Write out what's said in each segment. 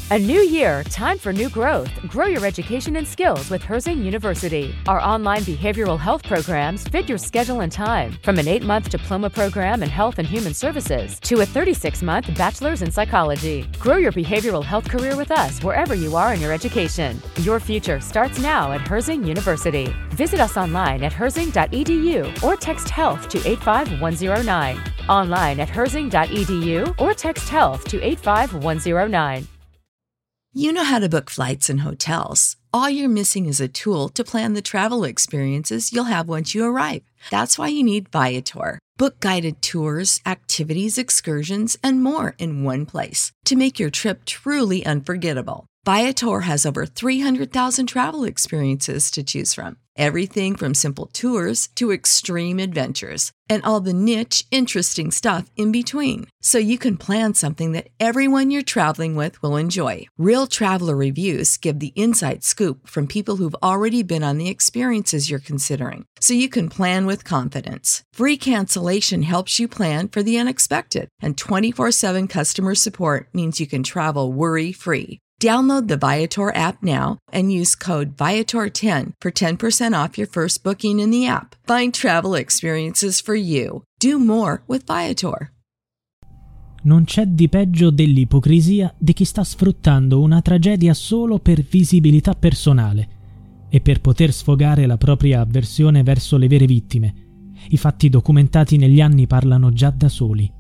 A new year, time for new growth. Grow your education and skills with Herzing University. Our online behavioral health programs fit your schedule and time. From an 8-month diploma program in health and human services to a 36-month bachelor's in psychology. Grow your behavioral health career with us wherever you are in your education. Your future starts now at Herzing University. Visit us online at herzing.edu or text health to 85109. Online at herzing.edu or text health to 85109. You know how to book flights and hotels. All you're missing is a tool to plan the travel experiences you'll have once you arrive. That's why you need Viator. Book guided tours, activities, excursions, and more in one place to make your trip truly unforgettable. Viator has over 300,000 travel experiences to choose from. Everything from simple tours to extreme adventures and all the niche, interesting stuff in between. So you can plan something that everyone you're traveling with will enjoy. Real traveler reviews give the inside scoop from people who've already been on the experiences you're considering. So you can plan with confidence. Free cancellation helps you plan for the unexpected. And 24/7 customer support means you can travel worry-free. Download the Viator app now and use code Viator10 for 10% off your first booking in the app. Find travel experiences for you. Do more with Viator. Non c'è di peggio dell'ipocrisia di chi sta sfruttando una tragedia solo per visibilità personale e per poter sfogare la propria avversione verso le vere vittime. I fatti documentati negli anni parlano già da soli.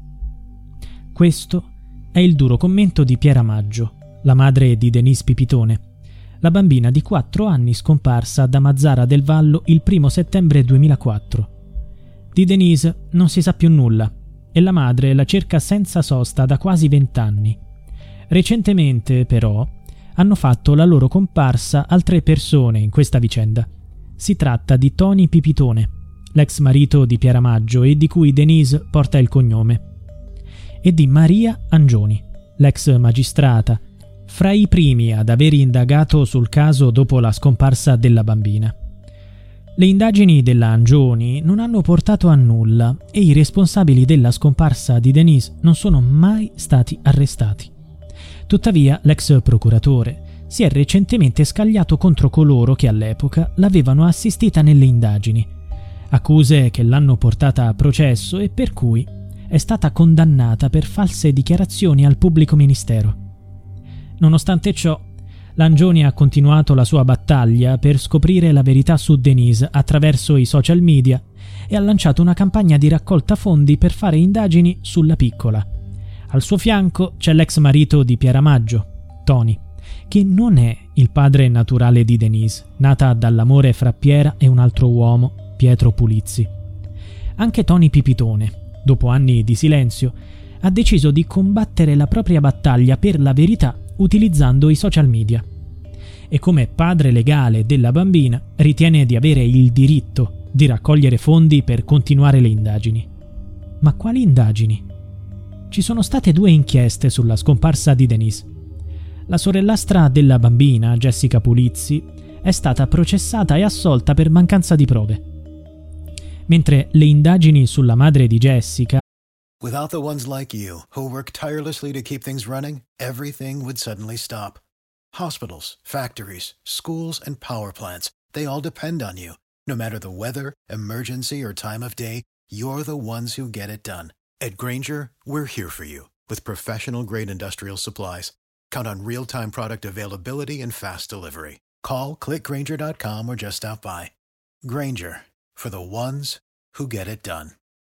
Questo è il duro commento di Piera Maggio, la madre di Denise Pipitone, la bambina di 4 anni scomparsa da Mazara del Vallo il 1 settembre 2004. Di Denise non si sa più nulla e la madre la cerca senza sosta da quasi 20 anni. Recentemente, però, hanno fatto la loro comparsa altre persone in questa vicenda. Si tratta di Tony Pipitone, l'ex marito di Piera Maggio e di cui Denise porta il cognome, e di Maria Angioni, l'ex magistrata, fra i primi ad aver indagato sul caso dopo la scomparsa della bambina. Le indagini della Angioni non hanno portato a nulla e i responsabili della scomparsa di Denise non sono mai stati arrestati. Tuttavia, l'ex procuratore si è recentemente scagliato contro coloro che all'epoca l'avevano assistita nelle indagini, accuse che l'hanno portata a processo e per cui è stata condannata per false dichiarazioni al pubblico ministero. Nonostante ciò, l'Angioni ha continuato la sua battaglia per scoprire la verità su Denise attraverso i social media e ha lanciato una campagna di raccolta fondi per fare indagini sulla piccola. Al suo fianco c'è l'ex marito di Piera Maggio, Tony, che non è il padre naturale di Denise, nata dall'amore fra Piera e un altro uomo, Pietro Pulizzi. Anche Tony Pipitone, dopo anni di silenzio, ha deciso di combattere la propria battaglia per la verità utilizzando i social media. E come padre legale della bambina ritiene di avere il diritto di raccogliere fondi per continuare le indagini. Ma quali indagini? Ci sono state 2 inchieste sulla scomparsa di Denise. La sorellastra della bambina, Jessica Pulizzi, è stata processata e assolta per mancanza di prove. Mentre le indagini sulla madre di Jessica. Without the ones like you, who work tirelessly to keep things running, everything would suddenly stop. Hospitals, factories, schools, and power plants, they all depend on you. No matter the weather, emergency, or time of day, you're the ones who get it done. At Grainger, we're here for you with professional-grade industrial supplies. Count on real-time product availability and fast delivery. Call, click Grainger.com or just stop by. Grainger, for the ones who get it done.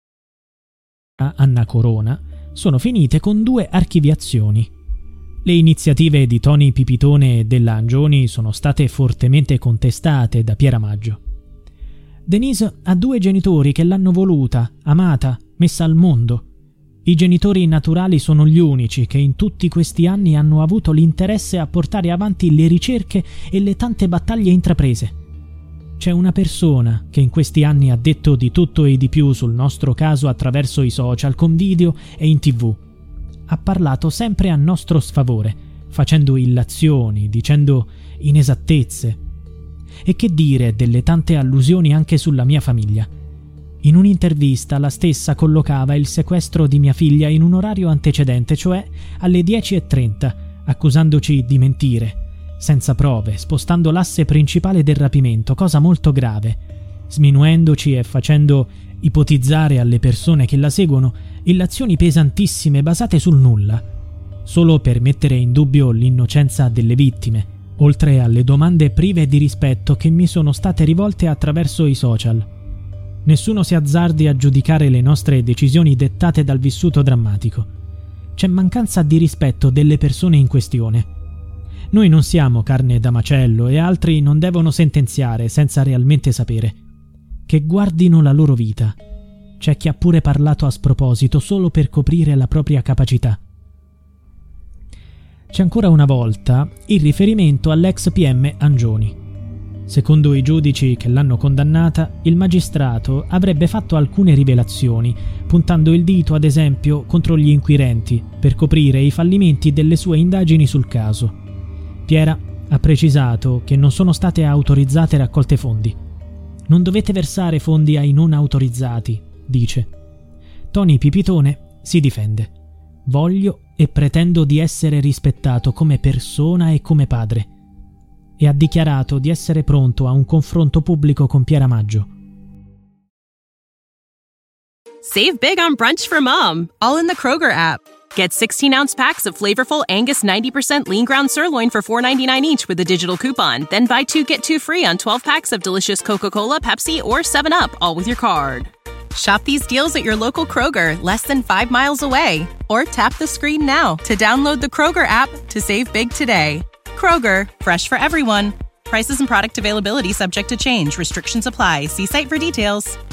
Anna Corona sono finite con 2 archiviazioni. Le iniziative di Tony Pipitone e della Angioni sono state fortemente contestate da Piera Maggio. Denise ha 2 genitori che l'hanno voluta, amata, messa al mondo. I genitori naturali sono gli unici che in tutti questi anni hanno avuto l'interesse a portare avanti le ricerche e le tante battaglie intraprese. C'è una persona che in questi anni ha detto di tutto e di più sul nostro caso attraverso i social, con video e in TV. Ha parlato sempre a nostro sfavore, facendo illazioni, dicendo inesattezze. E che dire delle tante allusioni anche sulla mia famiglia. In un'intervista la stessa collocava il sequestro di mia figlia in un orario antecedente, cioè alle 10:30, accusandoci di mentire, senza prove, spostando l'asse principale del rapimento, cosa molto grave, sminuendoci e facendo ipotizzare alle persone che la seguono illazioni pesantissime basate sul nulla, solo per mettere in dubbio l'innocenza delle vittime, oltre alle domande prive di rispetto che mi sono state rivolte attraverso i social. Nessuno si azzardi a giudicare le nostre decisioni dettate dal vissuto drammatico. C'è mancanza di rispetto delle persone in questione. Noi non siamo carne da macello e altri non devono sentenziare senza realmente sapere. Che guardino la loro vita. C'è chi ha pure parlato a sproposito solo per coprire la propria capacità. C'è ancora una volta il riferimento all'ex PM Angioni. Secondo i giudici che l'hanno condannata, il magistrato avrebbe fatto alcune rivelazioni, puntando il dito ad esempio contro gli inquirenti per coprire i fallimenti delle sue indagini sul caso. Piera ha precisato che non sono state autorizzate raccolte fondi. Non dovete versare fondi ai non autorizzati, dice. Tony Pipitone si difende. Voglio e pretendo di essere rispettato come persona e come padre. E ha dichiarato di essere pronto a un confronto pubblico con Piera Maggio. Save big on brunch for mom, all in the Kroger app. Get 16-ounce packs of flavorful Angus 90% lean ground sirloin for $4.99 each with a digital coupon. Then buy 2, get 2 free on 12 packs of delicious Coca-Cola, Pepsi, or 7-Up, all with your card. Shop these deals at your local Kroger, less than 5 miles away. Or tap the screen now to download the Kroger app to save big today. Kroger, fresh for everyone. Prices and product availability subject to change. Restrictions apply. See site for details.